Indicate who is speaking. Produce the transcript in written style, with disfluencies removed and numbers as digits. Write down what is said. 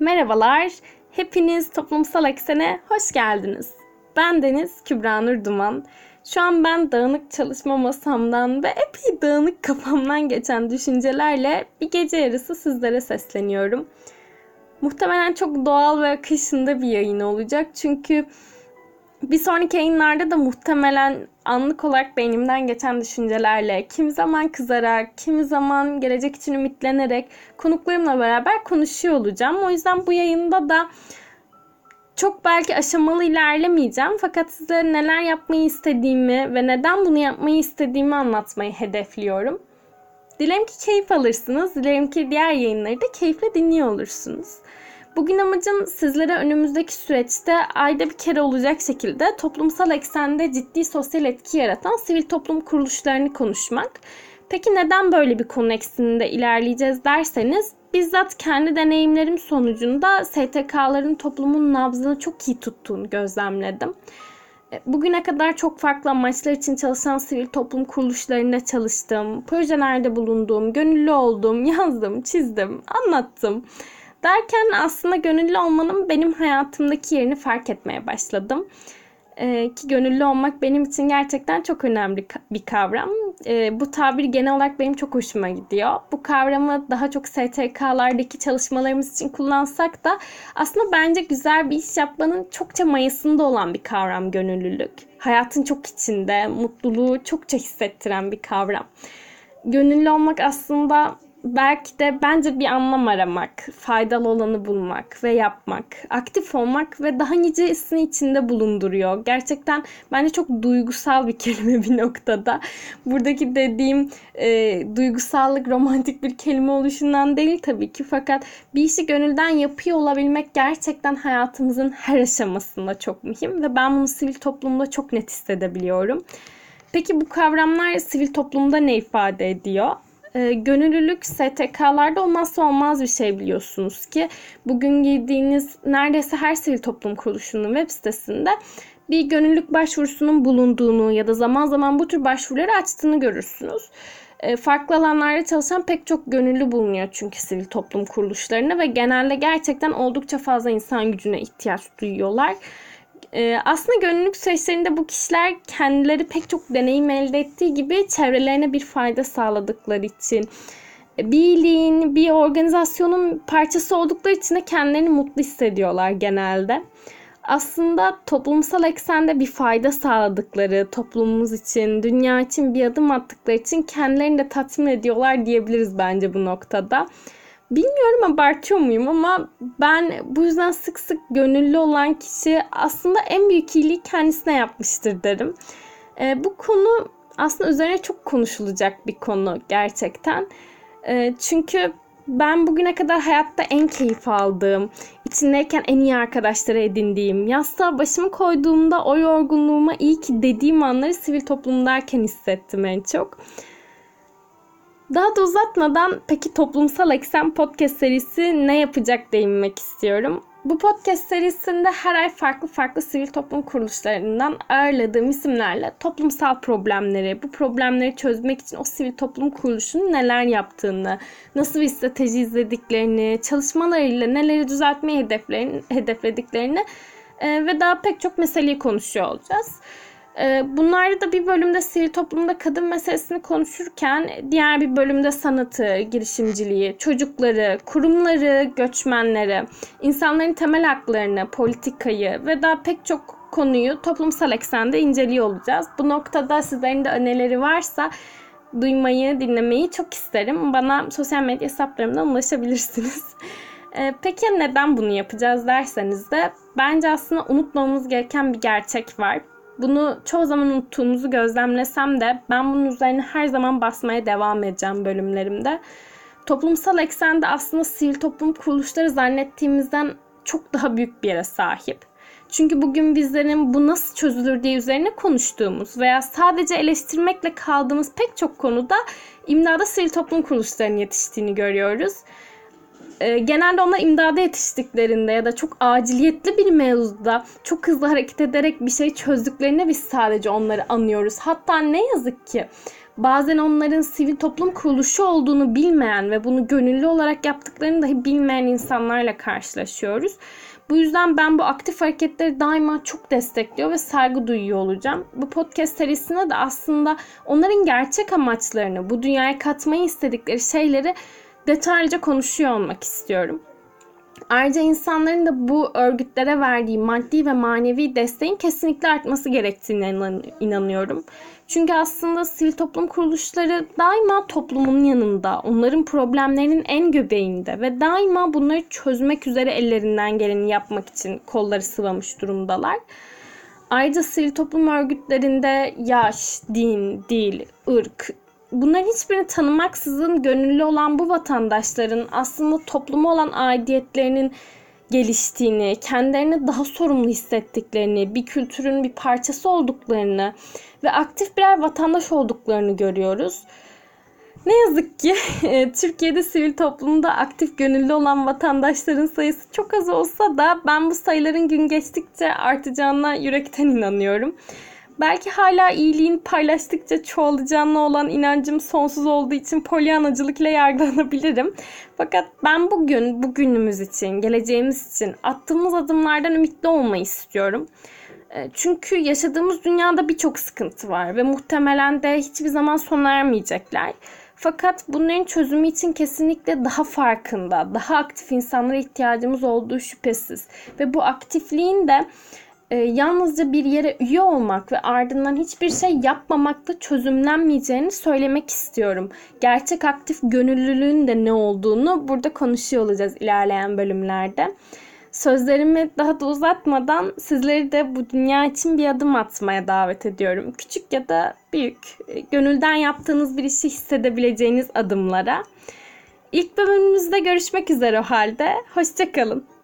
Speaker 1: Merhabalar, hepiniz Toplumsal Eksen'e hoş geldiniz. Ben Deniz Kübra Nur Duman. Şu an ben dağınık çalışma masamdan ve epey dağınık kafamdan geçen düşüncelerle bir gece yarısı sizlere sesleniyorum. Muhtemelen çok doğal ve akışında bir yayın olacak çünkü bir sonraki yayınlarda da muhtemelen anlık olarak beynimden geçen düşüncelerle, kimi zaman kızarak, kimi zaman gelecek için ümitlenerek konuklarımla beraber konuşuyor olacağım. O yüzden bu yayında da çok belki aşamalı ilerlemeyeceğim. Fakat size neler yapmayı istediğimi ve neden bunu yapmayı istediğimi anlatmayı hedefliyorum. Dilerim ki keyif alırsınız. Dilerim ki diğer yayınları da keyifle dinliyor olursunuz. Bugün amacım sizlere önümüzdeki süreçte ayda bir kere olacak şekilde toplumsal eksende ciddi sosyal etki yaratan sivil toplum kuruluşlarını konuşmak. Peki neden böyle bir konu ekseninde ilerleyeceğiz derseniz, bizzat kendi deneyimlerim sonucunda STK'ların toplumun nabzını çok iyi tuttuğunu gözlemledim. Bugüne kadar çok farklı amaçlar için çalışan sivil toplum kuruluşlarında çalıştım, projelerde bulundum, gönüllü oldum, yazdım, çizdim, anlattım. Derken aslında gönüllü olmanın benim hayatımdaki yerini fark etmeye başladım. Ki gönüllü olmak benim için gerçekten çok önemli bir kavram. Bu tabir genel olarak benim çok hoşuma gidiyor. Bu kavramı daha çok STK'lardaki çalışmalarımız için kullansak da aslında bence güzel bir iş yapmanın çokça mayasında olan bir kavram gönüllülük. Hayatın çok içinde, mutluluğu çokça hissettiren bir kavram. Gönüllü olmak aslında belki de bence bir anlam aramak, faydalı olanı bulmak ve yapmak, aktif olmak ve daha nicesini içinde bulunduruyor. Gerçekten bence çok duygusal bir kelime bir noktada. Buradaki dediğim duygusallık romantik bir kelime oluşundan değil tabii ki. Fakat bir işi gönülden yapıyor olabilmek gerçekten hayatımızın her aşamasında çok mühim. Ve ben bunu sivil toplumda çok net hissedebiliyorum. Peki bu kavramlar sivil toplumda ne ifade ediyor? Gönüllülük STK'larda olmazsa olmaz bir şey biliyorsunuz ki. Bugün girdiğiniz neredeyse her sivil toplum kuruluşunun web sitesinde bir gönüllülük başvurusunun bulunduğunu ya da zaman zaman bu tür başvuruları açtığını görürsünüz. Farklı alanlarda çalışan pek çok gönüllü bulunuyor çünkü sivil toplum kuruluşlarına ve genelde gerçekten oldukça fazla insan gücüne ihtiyaç duyuyorlar. Aslında gönüllülük süreçlerinde bu kişiler kendileri pek çok deneyim elde ettiği gibi çevrelerine bir fayda sağladıkları için, bir iyiliğin, bir organizasyonun parçası oldukları için de kendilerini mutlu hissediyorlar genelde. Aslında toplumsal eksende bir fayda sağladıkları, toplumumuz için, dünya için bir adım attıkları için kendilerini de tatmin ediyorlar diyebiliriz bence bu noktada. Bilmiyorum abartıyor muyum ama ben bu yüzden sık sık gönüllü olan kişi aslında en büyük iyiliği kendisine yapmıştır derim. Bu konu aslında üzerine çok konuşulacak bir konu gerçekten. Çünkü ben bugüne kadar hayatta en keyif aldığım, içindeyken en iyi arkadaşları edindiğim, yastığa başımı koyduğumda o yorgunluğuma iyi ki dediğim anları sivil toplumdayken hissettim en çok. Daha da uzatmadan peki Toplumsal Eksen podcast serisi ne yapacak değinmek istiyorum. Bu podcast serisinde her ay farklı sivil toplum kuruluşlarından ağırladığım isimlerle toplumsal problemleri, bu problemleri çözmek için o sivil toplum kuruluşunun neler yaptığını, nasıl bir strateji izlediklerini, çalışmalarıyla neleri düzeltmeyi hedeflediklerini ve daha pek çok meseleyi konuşuyor olacağız. Bunlarda da bir bölümde sivil toplumda kadın meselesini konuşurken diğer bir bölümde sanatı, girişimciliği, çocukları, kurumları, göçmenleri, insanların temel haklarını, politikayı ve daha pek çok konuyu toplumsal eksende inceliyor olacağız. Bu noktada sizlerin de önerileri varsa duymayı, dinlemeyi çok isterim. Bana sosyal medya hesaplarımdan ulaşabilirsiniz. Peki neden bunu yapacağız derseniz de bence aslında unutmamamız gereken bir gerçek var. Bunu çoğu zaman unuttuğumuzu gözlemlesem de ben bunun üzerine her zaman basmaya devam edeceğim bölümlerimde. Toplumsal eksende aslında sivil toplum kuruluşları zannettiğimizden çok daha büyük bir yere sahip. Çünkü bugün bizlerin bu nasıl çözülür diye üzerine konuştuğumuz veya sadece eleştirmekle kaldığımız pek çok konuda imdada sivil toplum kuruluşlarının yetiştiğini görüyoruz. Genelde onlar imdada yetiştiklerinde ya da çok aciliyetli bir mevzuda çok hızlı hareket ederek bir şey çözdüklerinde biz sadece onları anıyoruz. Hatta ne yazık ki bazen onların sivil toplum kuruluşu olduğunu bilmeyen ve bunu gönüllü olarak yaptıklarını dahi bilmeyen insanlarla karşılaşıyoruz. Bu yüzden ben bu aktif hareketleri daima çok destekliyor ve saygı duyuyor olacağım. Bu podcast serisinde de aslında onların gerçek amaçlarını, bu dünyaya katmayı istedikleri şeyleri detaylıca konuşuyor olmak istiyorum. Ayrıca insanların da bu örgütlere verdiği maddi ve manevi desteğin kesinlikle artması gerektiğine inanıyorum. Çünkü aslında sivil toplum kuruluşları daima toplumun yanında, onların problemlerinin en göbeğinde ve daima bunları çözmek üzere ellerinden geleni yapmak için kolları sıvamış durumdalar. Ayrıca sivil toplum örgütlerinde yaş, din, dil, ırk, bunların hiçbirini tanımaksızın gönüllü olan bu vatandaşların aslında topluma olan aidiyetlerinin geliştiğini, kendilerini daha sorumlu hissettiklerini, bir kültürün bir parçası olduklarını ve aktif birer vatandaş olduklarını görüyoruz. Ne yazık ki Türkiye'de sivil toplumda aktif gönüllü olan vatandaşların sayısı çok az olsa da ben bu sayıların gün geçtikçe artacağına yürekten inanıyorum. Belki hala iyiliğin paylaştıkça çoğalacağına olan inancım sonsuz olduğu için polyanacılık ile yargılanabilirim. Fakat ben bugünümüz için, geleceğimiz için attığımız adımlardan ümitli olmayı istiyorum. Çünkü yaşadığımız dünyada birçok sıkıntı var ve muhtemelen de hiçbir zaman sona ermeyecekler. Fakat bunların çözümü için kesinlikle daha farkında, daha aktif insanlara ihtiyacımız olduğu şüphesiz. Ve bu aktifliğin de yalnızca bir yere üye olmak ve ardından hiçbir şey yapmamakla çözümlenmeyeceğini söylemek istiyorum. Gerçek aktif gönüllülüğün de ne olduğunu burada konuşuyor olacağız ilerleyen bölümlerde. Sözlerimi daha da uzatmadan sizleri de bu dünya için bir adım atmaya davet ediyorum. Küçük ya da büyük, gönülden yaptığınız bir işi hissedebileceğiniz adımlara. İlk bölümümüzde görüşmek üzere o halde. Hoşça kalın.